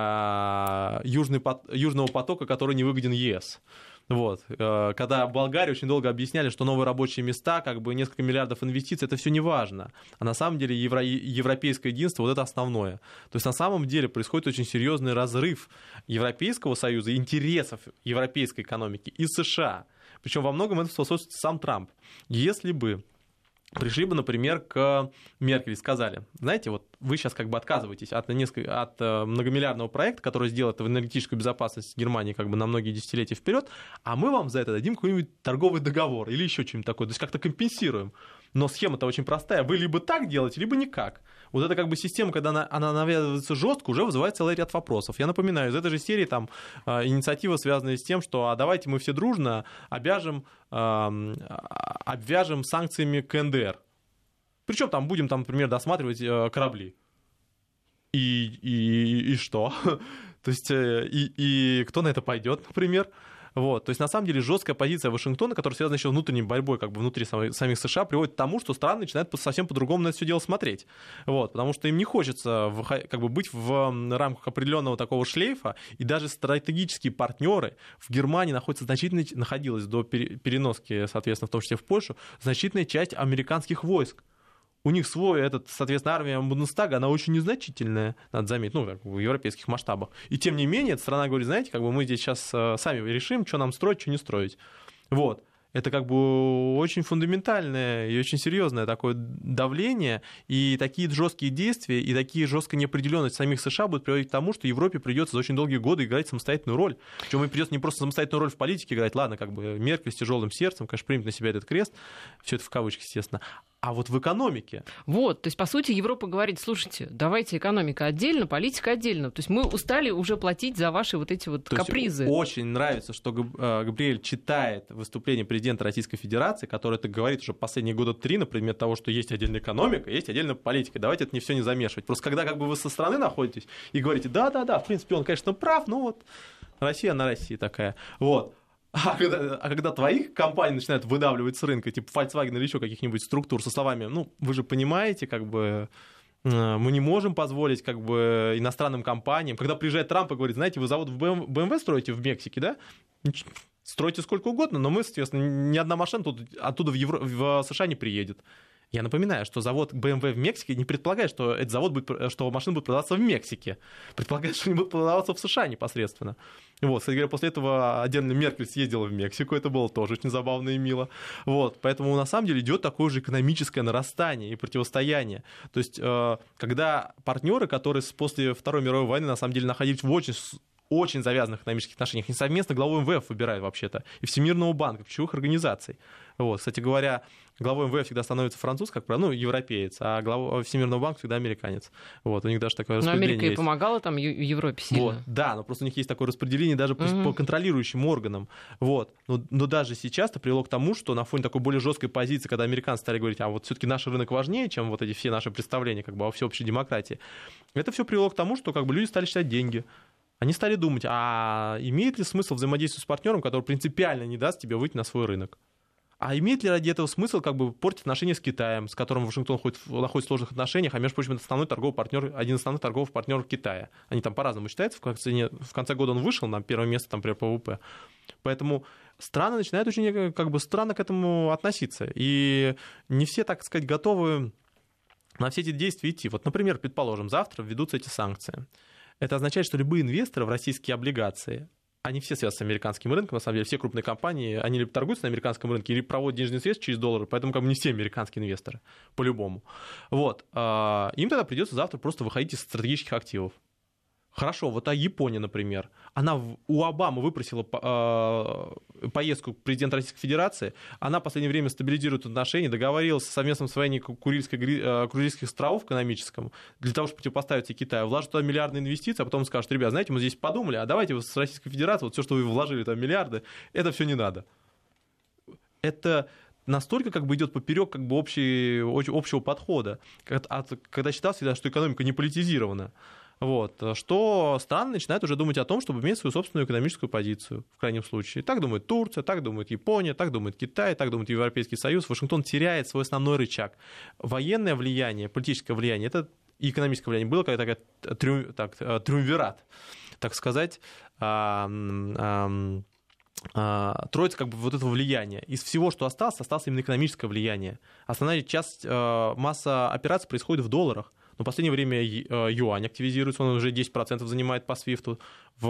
э, Южный, Южного потока, который не выгоден ЕС. Вот. Э, когда в Болгарии очень долго объясняли, что новые рабочие места, как бы несколько миллиардов инвестиций, это все не важно. А на самом деле евро, европейское единство, вот это основное. То есть на самом деле происходит очень серьезный разрыв Европейского Союза, интересов европейской экономики и США. Причем во многом это способствует сам Трамп. Если бы пришли бы, например, к Меркель и сказали, знаете, вот вы сейчас как бы отказываетесь от, несколько, от многомиллиардного проекта, который сделает энергетическую безопасность Германии как бы на многие десятилетия вперед, а мы вам за это дадим какой-нибудь торговый договор или еще что-нибудь такое, то есть как-то компенсируем. Но схема-то очень простая, вы либо так делаете, либо никак. Вот эта как бы система, когда она, она навязывается жестко, уже вызывает целый ряд вопросов. Я напоминаю, из этой же серии там э, инициатива, связанная с тем, что а давайте мы все дружно обяжем, э, обвяжем санкциями КНДР. Причем там будем, там, например, досматривать э, корабли. И, и, и что? То есть, э, и, и кто на это пойдет, например? Вот. То есть, на самом деле, жесткая позиция Вашингтона, которая связана еще с внутренней борьбой как бы внутри самих, самих США, приводит к тому, что страны начинают совсем по-другому на это все дело смотреть. Вот. Потому что им не хочется в, как бы быть в рамках определенного такого шлейфа, и даже стратегические партнеры в Германии находятся значительно, находилась до переноски, соответственно, в том числе в Польшу, значительная часть американских войск. У них свой, этот, соответственно, армия Бундестага, она очень незначительная, надо заметить, ну, как в европейских масштабах. И тем не менее, эта страна говорит, знаете, как бы мы здесь сейчас сами решим, что нам строить, что не строить. Вот. Это как бы очень фундаментальное и очень серьезное такое давление, и такие жесткие действия, и такие жесткая неопределенность самих США будут приводить к тому, что Европе придется за очень долгие годы играть самостоятельную роль. Причем ей придется не просто самостоятельную роль в политике играть, ладно, как бы Меркель с тяжелым сердцем, конечно, примет на себя этот крест, все это в кавычках, естественно, а вот в экономике. Вот, то есть, по сути, Европа говорит, слушайте, давайте экономика отдельно, политика отдельно. То есть мы устали уже платить за ваши вот эти вот то капризы. Очень нравится, что Габриэль читает выступление президента Российской Федерации, который это говорит уже последние года три на предмет того, что есть отдельная экономика, есть отдельная политика. Давайте это не все не замешивать. Просто когда как бы вы со стороны находитесь и говорите, да-да-да, в принципе, он, конечно, прав, но вот Россия на России такая. Вот. А когда, а когда твоих компаний начинают выдавливать с рынка, типа Volkswagen или еще каких-нибудь структур со словами, ну, вы же понимаете, как бы мы не можем позволить как бы иностранным компаниям. Когда приезжает Трамп и говорит, знаете, вы завод в бэ эм вэ строите в Мексике, да? Стройте сколько угодно, но мы, соответственно, ни одна машина тут, оттуда в, Евро... в США не приедет. Я напоминаю, что завод бэ эм вэ в Мексике не предполагает, что этот завод будет, что машины будут продаваться в Мексике. Предполагает, что они будут продаваться в США непосредственно. Вот, кстати говоря, после этого отдельно Меркель съездила в Мексику, это было тоже очень забавно и мило. Вот, поэтому на самом деле идет такое же экономическое нарастание и противостояние. То есть, когда партнеры, которые после Второй мировой войны на самом деле находились в очень очень завязанных экономических отношениях. Они совместно главу эм вэ эф выбирают вообще-то, и Всемирного банка, ключевых организаций. Вот. Кстати говоря, главой эм вэ эф всегда становится француз, как правило, ну, европеец, а главой Всемирного банка всегда американец. Вот. У них даже такое распределение есть. Но Америка и помогала там Европе сильно. Вот. Да, но просто у них есть такое распределение даже mm-hmm. по контролирующим органам. Вот. Но, но даже сейчас это привело к тому, что на фоне такой более жесткой позиции, когда американцы стали говорить, а вот все-таки наш рынок важнее, чем вот эти все наши представления как бы, о всеобщей демократии, это все привело к тому, что как бы, люди стали считать деньги. Они стали думать, а имеет ли смысл взаимодействовать с партнером, который принципиально не даст тебе выйти на свой рынок? А имеет ли ради этого смысл как бы портить отношения с Китаем, с которым Вашингтон находится в сложных отношениях, а между прочим, это основной торговый партнер, один из основных торговых партнеров Китая. Они там по-разному считаются, в конце, в конце года он вышел на первое место, там, например, по вэ вэ пэ. Поэтому страны начинают очень как бы, странно к этому относиться. И не все, так сказать, готовы на все эти действия идти. Вот, например, предположим, завтра введутся эти санкции. Это означает, что любые инвесторы в российские облигации, они все связаны с американским рынком, на самом деле, все крупные компании, они либо торгуются на американском рынке, либо проводят денежные средства через доллары, поэтому как бы не все американские инвесторы, по-любому. Вот. Им тогда придется завтра просто выходить из стратегических активов. Хорошо, вот а Япония, например, она у Обамы выпросила поездку президента Российской Федерации, она в последнее время стабилизирует отношения, договорилась о совместном освоении Курильских островов экономическом для того, чтобы противопоставить Китаю, вложит туда миллиардные инвестиции, а потом скажет: ребят, знаете, мы здесь подумали, а давайте вы с Российской Федерацией, вот все, что вы вложили, там миллиарды, это все не надо. Это настолько как бы идет поперек как бы общей, общего подхода, когда считалось всегда, что экономика не политизирована. Вот, что страны начинают уже думать о том, чтобы иметь свою собственную экономическую позицию, в крайнем случае. Так думает Турция, так думает Япония, так думает Китай, так думает Европейский Союз. Вашингтон теряет свой основной рычаг. Военное влияние, политическое влияние, это и экономическое влияние было, когда такая трю, так, триумвират, так сказать, а, а, а, троица как бы вот этого влияния. Из всего, что осталось, осталось именно экономическое влияние. Основная часть, а, масса операций происходит в долларах. Но в последнее время юань активизируется, он уже десять процентов занимает по свифту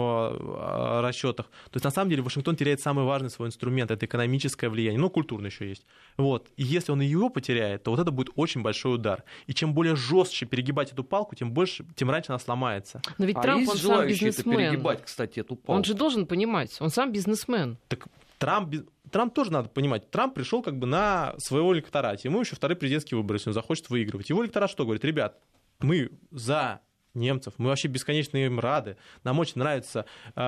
в расчетах. То есть, на самом деле, Вашингтон теряет самый важный свой инструмент, это экономическое влияние, ну, культурное еще есть. Вот. И если он ее потеряет, то вот это будет очень большой удар. И чем более жестче перегибать эту палку, тем больше, тем раньше она сломается. Но ведь а Трамп, есть он сам бизнесмен. перегибать, кстати, эту палку? Он же должен понимать, он сам бизнесмен. Так Трамп, Трамп тоже надо понимать. Трамп пришел как бы на своего электорате. Ему еще вторые президентские выборы, если он захочет выигрывать. Его электорат что говорит? Ребят, мы за немцев, мы вообще бесконечно им рады. Нам очень нравятся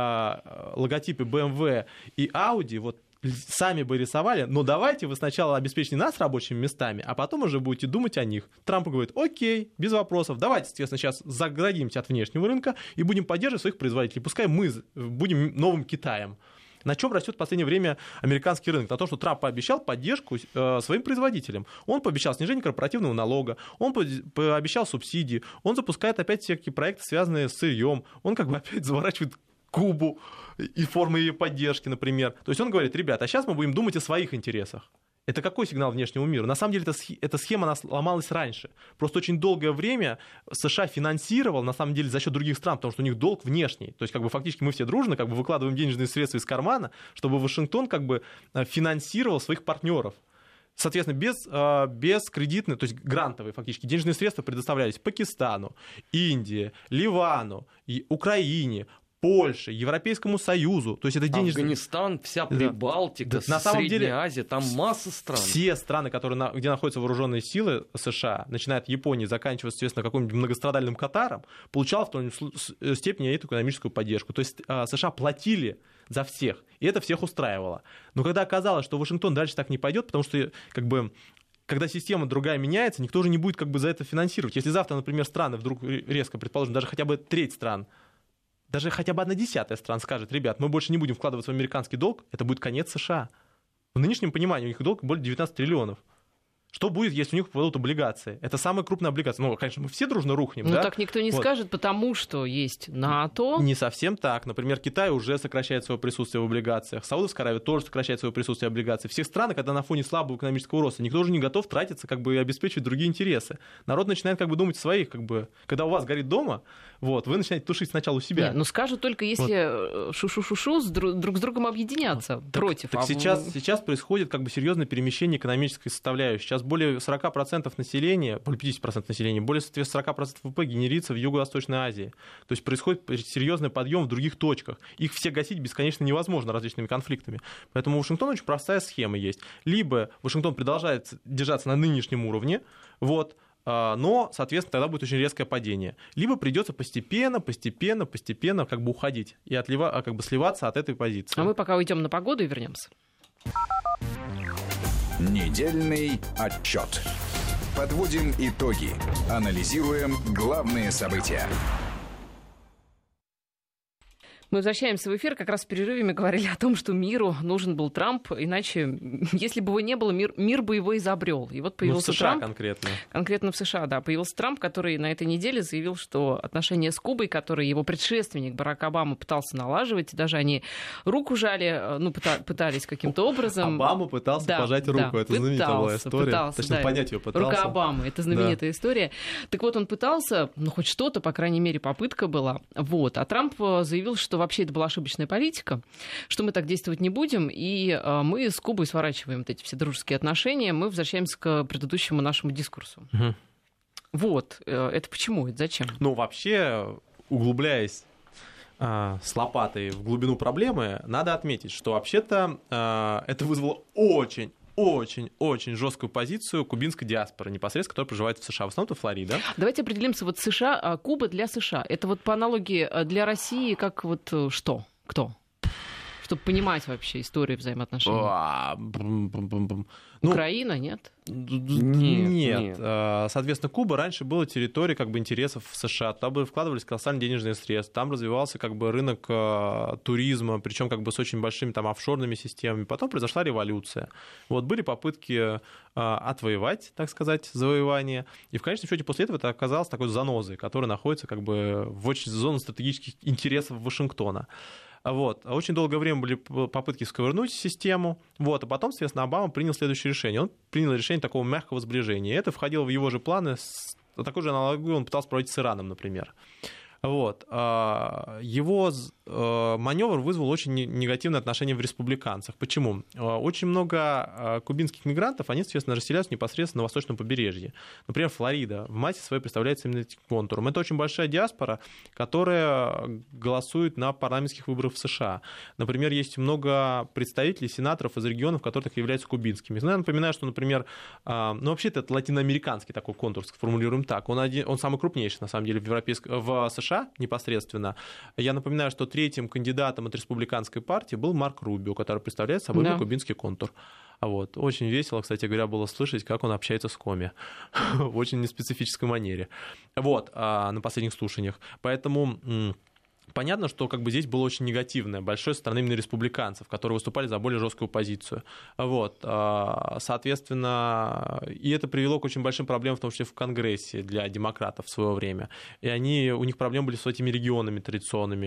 э, логотипы бэ эм вэ и Audi. Вот сами бы рисовали, но давайте вы сначала обеспечите нас рабочими местами, а потом уже будете думать о них. Трамп говорит: окей, без вопросов, давайте, соответственно, сейчас заградимся от внешнего рынка и будем поддерживать своих производителей. Пускай мы будем новым Китаем. На чем растет в последнее время американский рынок? На том, что Трамп пообещал поддержку э, своим производителям. Он пообещал снижение корпоративного налога, он пообещал субсидии, он запускает опять всякие проекты, связанные с сырьем, он как бы опять заворачивает Кубу и формы ее поддержки, например. То есть он говорит: ребята, а сейчас мы будем думать о своих интересах. Это какой сигнал внешнему миру? На самом деле эта, эта схема она сломалась раньше. Просто очень долгое время США финансировал, на самом деле, за счет других стран, потому что у них долг внешний. То есть как бы фактически мы все дружно как бы выкладываем денежные средства из кармана, чтобы Вашингтон как бы финансировал своих партнеров. Соответственно, без, без кредитной, то есть грантовые фактически денежные средства предоставлялись Пакистану, Индии, Ливану, Украине, Польше, Европейскому Союзу. То есть это денежные... Афганистан, вся Прибалтика, да. На самом Средняя деле, Азия, там масса стран. Все страны, которые, где находятся вооруженные силы США, начиная от Японии, заканчивая, соответственно, каким-нибудь многострадальным Катаром, получал в той степени эту экономическую поддержку. То есть США платили за всех, и это всех устраивало. Но когда оказалось, что Вашингтон дальше так не пойдет, потому что как бы... Когда система другая меняется, никто же не будет как бы за это финансировать. Если завтра, например, страны вдруг резко, предположим, даже хотя бы треть стран, даже хотя бы одна десятая стран скажет: ребят, мы больше не будем вкладываться в американский долг, это будет конец США. В нынешнем понимании у них долг более девятнадцать триллионов. Что будет, если у них попадут облигации? Это самая крупная облигация. Ну, конечно, мы все дружно рухнем. Ну, да? так никто не вот. скажет, потому что есть НАТО. Не совсем так. Например, Китай уже сокращает свое присутствие в облигациях. Саудовская Аравия тоже сокращает свое присутствие в облигациях. Все страны, когда на фоне слабого экономического роста, никто уже не готов тратиться, как бы, и обеспечивать другие интересы. Народ начинает как бы думать о своих. Как бы, когда у вас горит дома, вот, вы начинаете тушить сначала у себя. Нет, ну скажут только, если вот. шу-шу-шу-шу с друг, друг с другом объединяться вот. против. Так, так а сейчас, вы... сейчас происходит как бы серьезное перемещение экономической составляющей. Сейчас более сорок процентов населения, более пятьдесят процентов населения, более сорок процентов вэ вэ пэ генерится в Юго-Восточной Азии. То есть происходит серьезный подъем в других точках. Их все гасить бесконечно невозможно различными конфликтами. Поэтому у Вашингтона очень простая схема есть. Либо Вашингтон продолжает держаться на нынешнем уровне, вот, но, соответственно, тогда будет очень резкое падение. Либо придется постепенно, постепенно, постепенно как бы уходить и отлива, как бы сливаться от этой позиции. А мы пока уйдем на погоду и вернемся. Недельный отчет. Подводим итоги. Анализируем главные события. Мы возвращаемся в эфир. Как раз в перерыве мы говорили о том, что миру нужен был Трамп, иначе, если бы его не было, мир, мир бы его изобрел. И вот появился ну, в США Трамп. конкретно. Конкретно в США, да. Появился Трамп, который на этой неделе заявил, что отношения с Кубой, которые его предшественник Барак Обама пытался налаживать, даже они руку жали, ну, пытались каким-то образом. Обама пытался да, пожать руку. Да, это знаменитая была история. Пытался, Точно да. понять ее пытался. Рука Обамы. Это знаменитая да. история. Так вот, он пытался, ну, хоть что-то, по крайней мере, попытка была. Вот. А Трамп заявил, что вообще это была ошибочная политика, что мы так действовать не будем, и мы с Кубой сворачиваем вот эти все дружеские отношения, мы возвращаемся к предыдущему нашему дискурсу. Угу. Вот. Это почему? Это зачем? Ну, вообще, углубляясь а, с лопатой в глубину проблемы, надо отметить, что вообще-то а, это вызвало очень очень-очень жесткую позицию кубинской диаспоры, непосредственно, которая проживает в США. В основном это Флорида. Давайте определимся. Вот США, Куба для США. Это вот по аналогии для России как вот что? Кто? Чтобы понимать вообще историю взаимоотношений. Ну, Украина, нет? Нет, нет. Соответственно, Куба раньше была территорией как бы интересов в США. Там бы вкладывались колоссальные денежные средства. Там развивался как бы рынок туризма, причем как бы с очень большими там офшорными системами. Потом произошла революция. Вот были попытки отвоевать, так сказать, завоевание. И в конечном счете после этого это оказалось такой занозой, которая находится как бы в очень зоне стратегических интересов Вашингтона. Вот. Очень долгое время были попытки сковырнуть систему, вот. А потом, соответственно, Обама принял следующее решение. Он принял решение такого мягкого сближения. И это входило в его же планы. Такой же аналогию он пытался проводить с Ираном, например. Вот. Его маневр вызвал очень негативное отношение в республиканцах. Почему? Очень много кубинских мигрантов, они, соответственно, расселяются непосредственно на восточном побережье. Например, Флорида в массе своей представляется именно этим контуром. Это очень большая диаспора, которая голосует на парламентских выборах в США. Например, есть много представителей, сенаторов из регионов, которые являются кубинскими. Я напоминаю, что, например, ну, вообще-то это латиноамериканский такой контур, сформулируем так. Он, один, он самый крупнейший, на самом деле, в, европейск... в США непосредственно. Я напоминаю, что третьим кандидатом от республиканской партии был Марк Рубио, который представляет собой да. кубинский контур. Вот. Очень весело, кстати говоря, было слышать, как он общается с Коми в очень неспецифической манере. Вот, на последних слушаниях. Поэтому понятно, что как бы здесь было очень негативное, большое со стороны именно республиканцев, которые выступали за более жесткую позицию. Вот. Соответственно, и это привело к очень большим проблемам, в том числе в Конгрессе для демократов в свое время. И они, у них проблемы были с этими регионами традиционными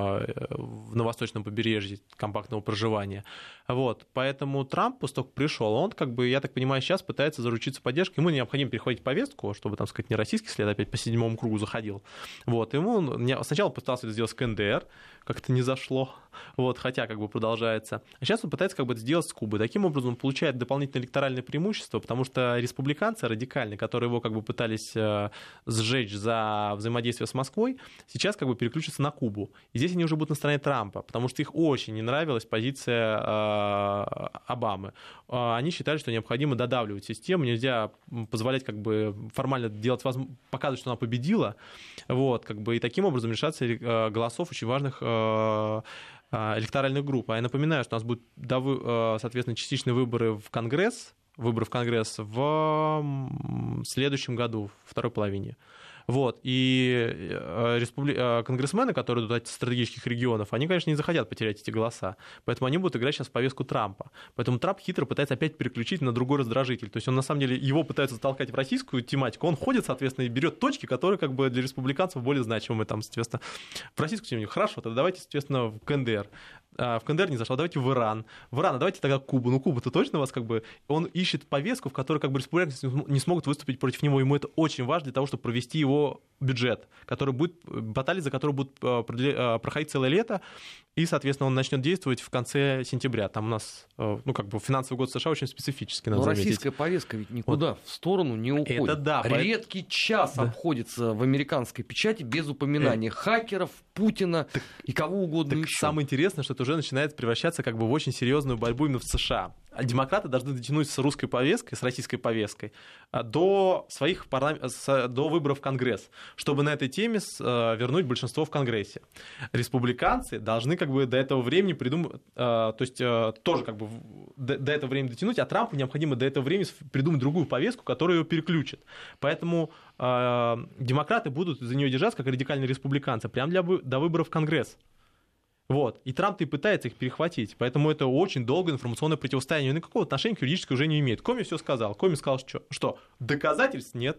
на восточном побережье компактного проживания. Вот. Поэтому Трамп, после того, как пришел, он, как бы, я так понимаю, сейчас пытается заручиться поддержкой. Ему необходимо переходить повестку, чтобы, там сказать, не российский след опять по седьмому кругу заходил. Вот. Ему сначала пытался это сделать с ка эн дэ эр, как-то не зашло, вот, хотя как бы продолжается. А сейчас он пытается как бы это сделать с Кубой. Таким образом, он получает дополнительное электоральное преимущество, потому что республиканцы радикальные, которые его как бы пытались э, сжечь за взаимодействие с Москвой, сейчас как бы переключатся на Кубу. И здесь они уже будут на стороне Трампа, потому что их очень не нравилась позиция э, Обамы. Э, они считали, что необходимо додавливать систему, нельзя позволять как бы формально делать, показывать, что она победила, вот, как бы, и таким образом лишаться э, голосов очень важных э, электоральных групп. А я напоминаю, что у нас будут, соответственно, частичные выборы в Конгресс, выборы в Конгресс в следующем году, в второй половине. Вот. И республи... конгрессмены, которые идут от стратегических регионов, они, конечно, не захотят потерять эти голоса. Поэтому они будут играть сейчас в повестку Трампа. Поэтому Трамп хитро пытается опять переключить на другой раздражитель. То есть он, на самом деле, его пытается затолкать в российскую тематику. Он ходит, соответственно, и берет точки, которые как бы для республиканцев более значимые. Там, соответственно, в российскую тематику. Хорошо, тогда давайте, соответственно, в ка эн дэ эр. В ка эн дэ эр не зашло, давайте в Иран. В Иран, а давайте тогда Кубу. Ну, Куба-то точно вас как бы... Он ищет повестку, в которой как бы республиканцы не смогут выступить против него. Ему это очень важно для того, чтобы провести его бюджет, который будет, баталии, за который будет проходить целое лето, и, соответственно, он начнет действовать в конце сентября. Там у нас, ну, как бы финансовый год США очень специфический, надо Но заметить. Российская повестка ведь никуда вот. в сторону не уходит. Это да. Редкий час да. обходится в американской печати без упоминания э. хакеров, Путина так, и кого угодно так еще. Самое интересное, что это уже начинает превращаться как бы в очень серьезную борьбу именно в США. А демократы должны дотянуть с русской повесткой, с российской повесткой до своих парламент... до выборов в Конгресс, чтобы на этой теме вернуть большинство в Конгрессе. Республиканцы должны как бы до этого времени придумать, то есть тоже как бы до этого времени дотянуть, а Трампу необходимо до этого времени придумать другую повестку, которая ее переключит. Поэтому демократы будут за нее держаться, как радикальные республиканцы, прямо для... до выборов в Конгресс. Вот. И Трамп-то и пытается их перехватить. Поэтому это очень долгое информационное противостояние. Никакого отношения к юридическому уже не имеет. Коми все сказал. Коми сказал, что, что доказательств нет.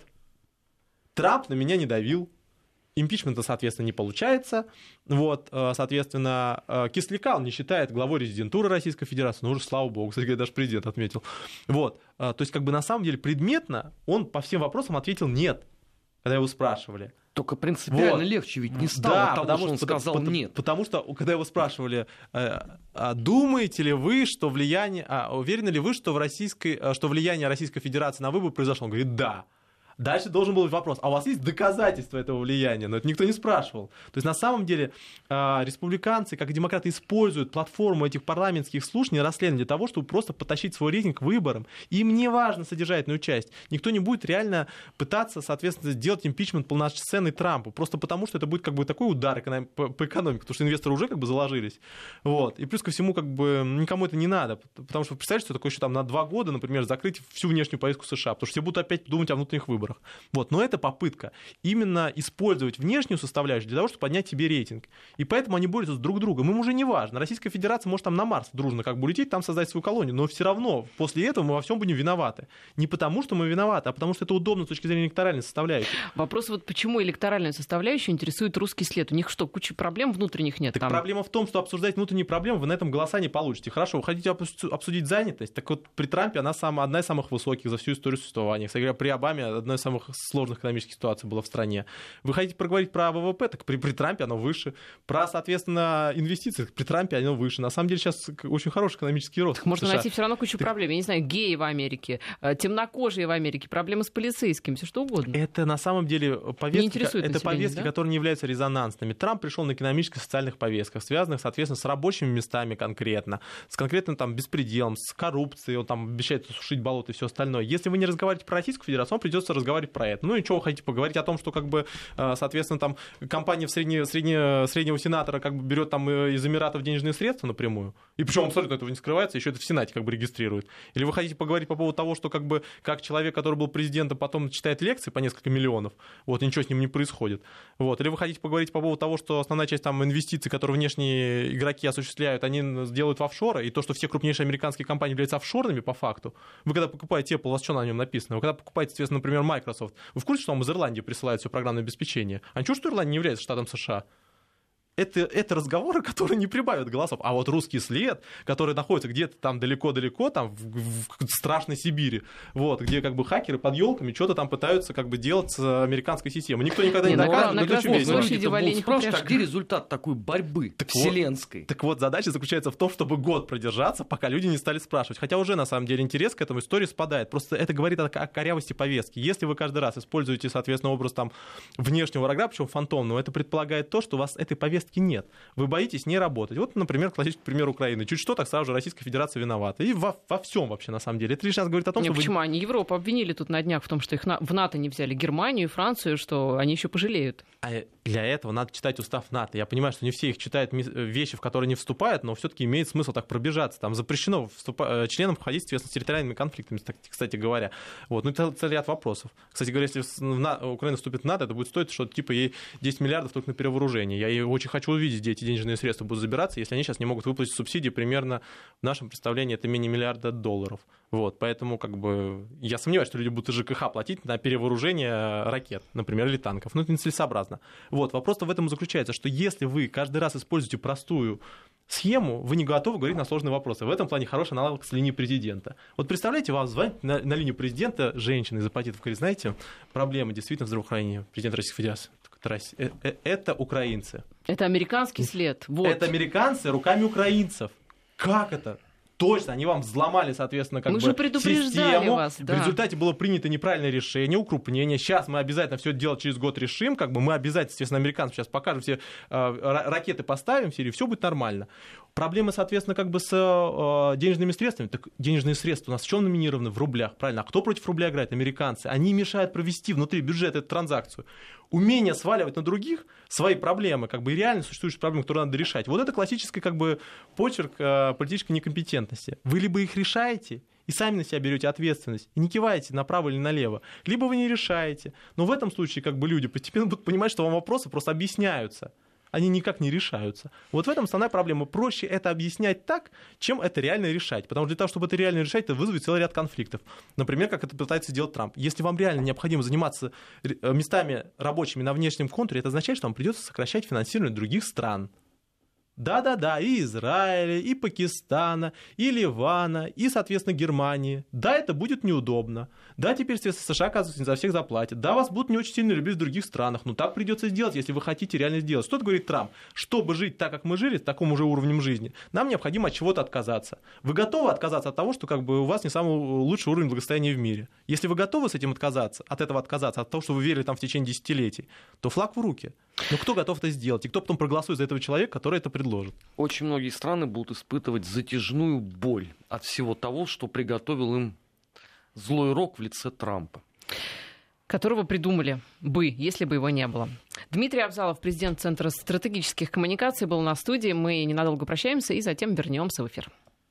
Трамп на меня не давил. Импичмента, соответственно, не получается. Вот, соответственно, Кисляка он не считает главой резидентуры Российской Федерации. Ну, уже слава богу, кстати, даже президент отметил. Вот. То есть, как бы на самом деле предметно он по всем вопросам ответил «нет», когда его спрашивали. Только принципиально вот. Легче ведь не стало да, от того, потому что он что, сказал потому, «нет». Потому что, когда его спрашивали, а думаете ли вы, что влияние, а, уверены ли вы, что, в российской, что влияние Российской Федерации на выборы произошло? Он говорит «да». Дальше должен был быть вопрос, а у вас есть доказательства этого влияния? Но это никто не спрашивал. То есть на самом деле республиканцы, как и демократы, используют платформу этих парламентских слушаний, расследований для того, чтобы просто потащить свой рейтинг к выборам. Им не важно содержательную часть. Никто не будет реально пытаться, соответственно, сделать импичмент полноценный Трампу. Просто потому, что это будет как бы такой удар по экономике, потому что инвесторы уже как бы заложились. Вот. И плюс ко всему как бы никому это не надо. Потому что представляете, что такое еще там на два года, например, закрыть всю внешнюю повестку США. Потому что все будут опять думать о внутренних выборах. Вот. Но это попытка именно использовать внешнюю составляющую для того, чтобы поднять себе рейтинг. И поэтому они борются с друг другом. Им уже не важно. Российская Федерация может там на Марс дружно как бы улететь, там создать свою колонию, но все равно после этого мы во всем будем виноваты. Не потому, что мы виноваты, а потому, что это удобно с точки зрения электоральной составляющей. Вопрос вот почему электоральную составляющую интересует русский след? У них что, куча проблем внутренних нет? Так там? Проблема в том, что обсуждать внутренние проблемы вы на этом голоса не получите. Хорошо, вы хотите обсудить занятость? Так вот при Трампе она самая, одна из самых высоких за всю историю существования. Кстати говоря, при Обаме одна из самых сложных экономических ситуаций была в стране. Вы хотите проговорить про ВВП, так при, при Трампе оно выше. Про, соответственно, инвестиции, так при Трампе оно выше. На самом деле сейчас очень хороший экономический рост. Так можно США. найти все равно кучу так... проблем. Я не знаю, геи в Америке, темнокожие в Америке, проблемы с полицейскими, все что угодно. Это на самом деле повестки, это повестки, да? которые не являются резонансными. Трамп пришел на экономических и социальных повестках, связанных, соответственно, с рабочими местами конкретно, с конкретным там беспределом, с коррупцией, он там обещает сушить болото и все остальное. Если вы не разговариваете про Российскую Федерацию, вам придется разговаривать про это. Ну и что вы хотите поговорить о том, что как бы, соответственно, там компания в средне, средне, среднего сенатора как бы берет там из Эмиратов денежные средства напрямую, и причем абсолютно этого не скрывается, еще это в Сенате как бы регистрирует. Или вы хотите поговорить по поводу того, что как бы как человек, который был президентом, потом читает лекции по несколько миллионов, вот, и ничего с ним не происходит. Вот. Или вы хотите поговорить по поводу того, что основная часть там инвестиций, которые внешние игроки осуществляют, они сделают в офшоры, и то, что все крупнейшие американские компании являются офшорными по факту. Вы когда покупаете Apple, у вас что на нем написано? Вы когда покупаете, соответственно, например, Microsoft, вы в курсе, что вам из Ирландии присылают все программное обеспечение? А ничего, что Ирландия не является штатом США? Это, это разговоры, которые не прибавят голосов. А вот русский след, который находится где-то там далеко-далеко, там в, в страшной Сибири, вот, где как бы хакеры под елками что-то там пытаются как бы делать с американской системой. Никто никогда не, не доказывает, это очень весело. Спрашивают, а где результат такой борьбы так вселенской? Вот, так вот, задача заключается в том, чтобы год продержаться, пока люди не стали спрашивать. Хотя уже, на самом деле, интерес к этому истории спадает. Просто это говорит о, о корявости повестки. Если вы каждый раз используете, соответственно, образ там внешнего врага, причем фантомного, это предполагает то, что у вас этой повестки нет. Вы боитесь не работать. Вот, например, классический пример Украины. Чуть что, так сразу же Российская Федерация виновата. И во, во всем вообще, на самом деле. Это лишь раз говорит о том, не, что... Почему? Вы... Они Европу обвинили тут на днях в том, что их на... в НАТО не взяли Германию и Францию, что они еще пожалеют. А для этого надо читать устав НАТО. Я понимаю, что не все их читают вещи, в которые не вступают, но все-таки имеет смысл так пробежаться. Там запрещено вступа... членам входить, соответственно, с территориальными конфликтами, кстати говоря. Вот. Ну, это целый ряд вопросов. Кстати говоря, если Украина вступит в НАТО, это будет стоить что-то типа ей десять миллиардов только на перевооружение. Я и очень хочу увидеть, где эти денежные средства будут забираться, если они сейчас не могут выплатить субсидии, примерно в нашем представлении это менее миллиарда долларов. Вот, поэтому как бы я сомневаюсь, что люди будут из ЖКХ платить на перевооружение ракет, например, или танков. Ну, это нецелесообразно. Вот, вопрос-то в этом и заключается, что если вы каждый раз используете простую схему, вы не готовы говорить на сложные вопросы. В этом плане хороший аналог с линии президента. Вот представляете, вам звонит на, на линию президента женщина из апатитов, говорит, знаете, проблема действительно в здравоохранении президента Российской Федерации. Это украинцы. Это американский след. Вот. Это американцы руками украинцев. Как это? Точно, они вам взломали, соответственно, как мы бы же предупреждали систему. вас, да. В результате было принято неправильное решение, укрупнение. Сейчас мы обязательно все это дело через год решим. Как бы мы обязательно, естественно, американцам сейчас покажем, все э, ракеты поставим в Сирии, все будет нормально. Проблемы, соответственно, как бы с э, денежными средствами. Так денежные средства у нас в чем номинированы? В рублях, правильно. А кто против рубля играет? Американцы. Они мешают провести внутри бюджета эту транзакцию. Умение сваливать на других свои проблемы, как бы и реально существующие проблемы, которые надо решать. Вот это классический как бы почерк э, политической некомпетентности. Вы либо их решаете и сами на себя берете ответственность, и не киваете направо или налево, либо вы не решаете. Но в этом случае как бы люди постепенно будут понимать, что вам вопросы просто объясняются. они никак не решаются. Вот в этом основная проблема. Проще это объяснять так, чем это реально решать. Потому что для того, чтобы это реально решать, это вызовет целый ряд конфликтов. Например, как это пытается сделать Трамп. Если вам реально необходимо заниматься местами рабочими на внешнем контуре, это означает, что вам придется сокращать финансирование других стран. Да-да-да, и Израиля, и Пакистана, и Ливана, и, соответственно, Германии. Да, это будет неудобно. Да, теперь США, оказывается, не за всех заплатят. Да, вас будут не очень сильно любить в других странах. Но так придется сделать, если вы хотите реально сделать. Что говорит Трамп? Чтобы жить так, как мы жили, с таким же уровнем жизни, нам необходимо от чего-то отказаться. Вы готовы отказаться от того, что как бы у вас не самый лучший уровень благосостояния в мире? Если вы готовы с этим отказаться, от этого отказаться, от того, что вы верили там в течение десятилетий, то флаг в руки. Но кто готов это сделать? И кто потом проголосует за этого человека, который это предложит? Очень многие страны будут испытывать затяжную боль от всего того, что приготовил им злой рок в лице Трампа. Которого придумали бы, если бы его не было. Дмитрий Абзалов, президент Центра стратегических коммуникаций, был на студии. Мы ненадолго прощаемся и затем вернемся в эфир.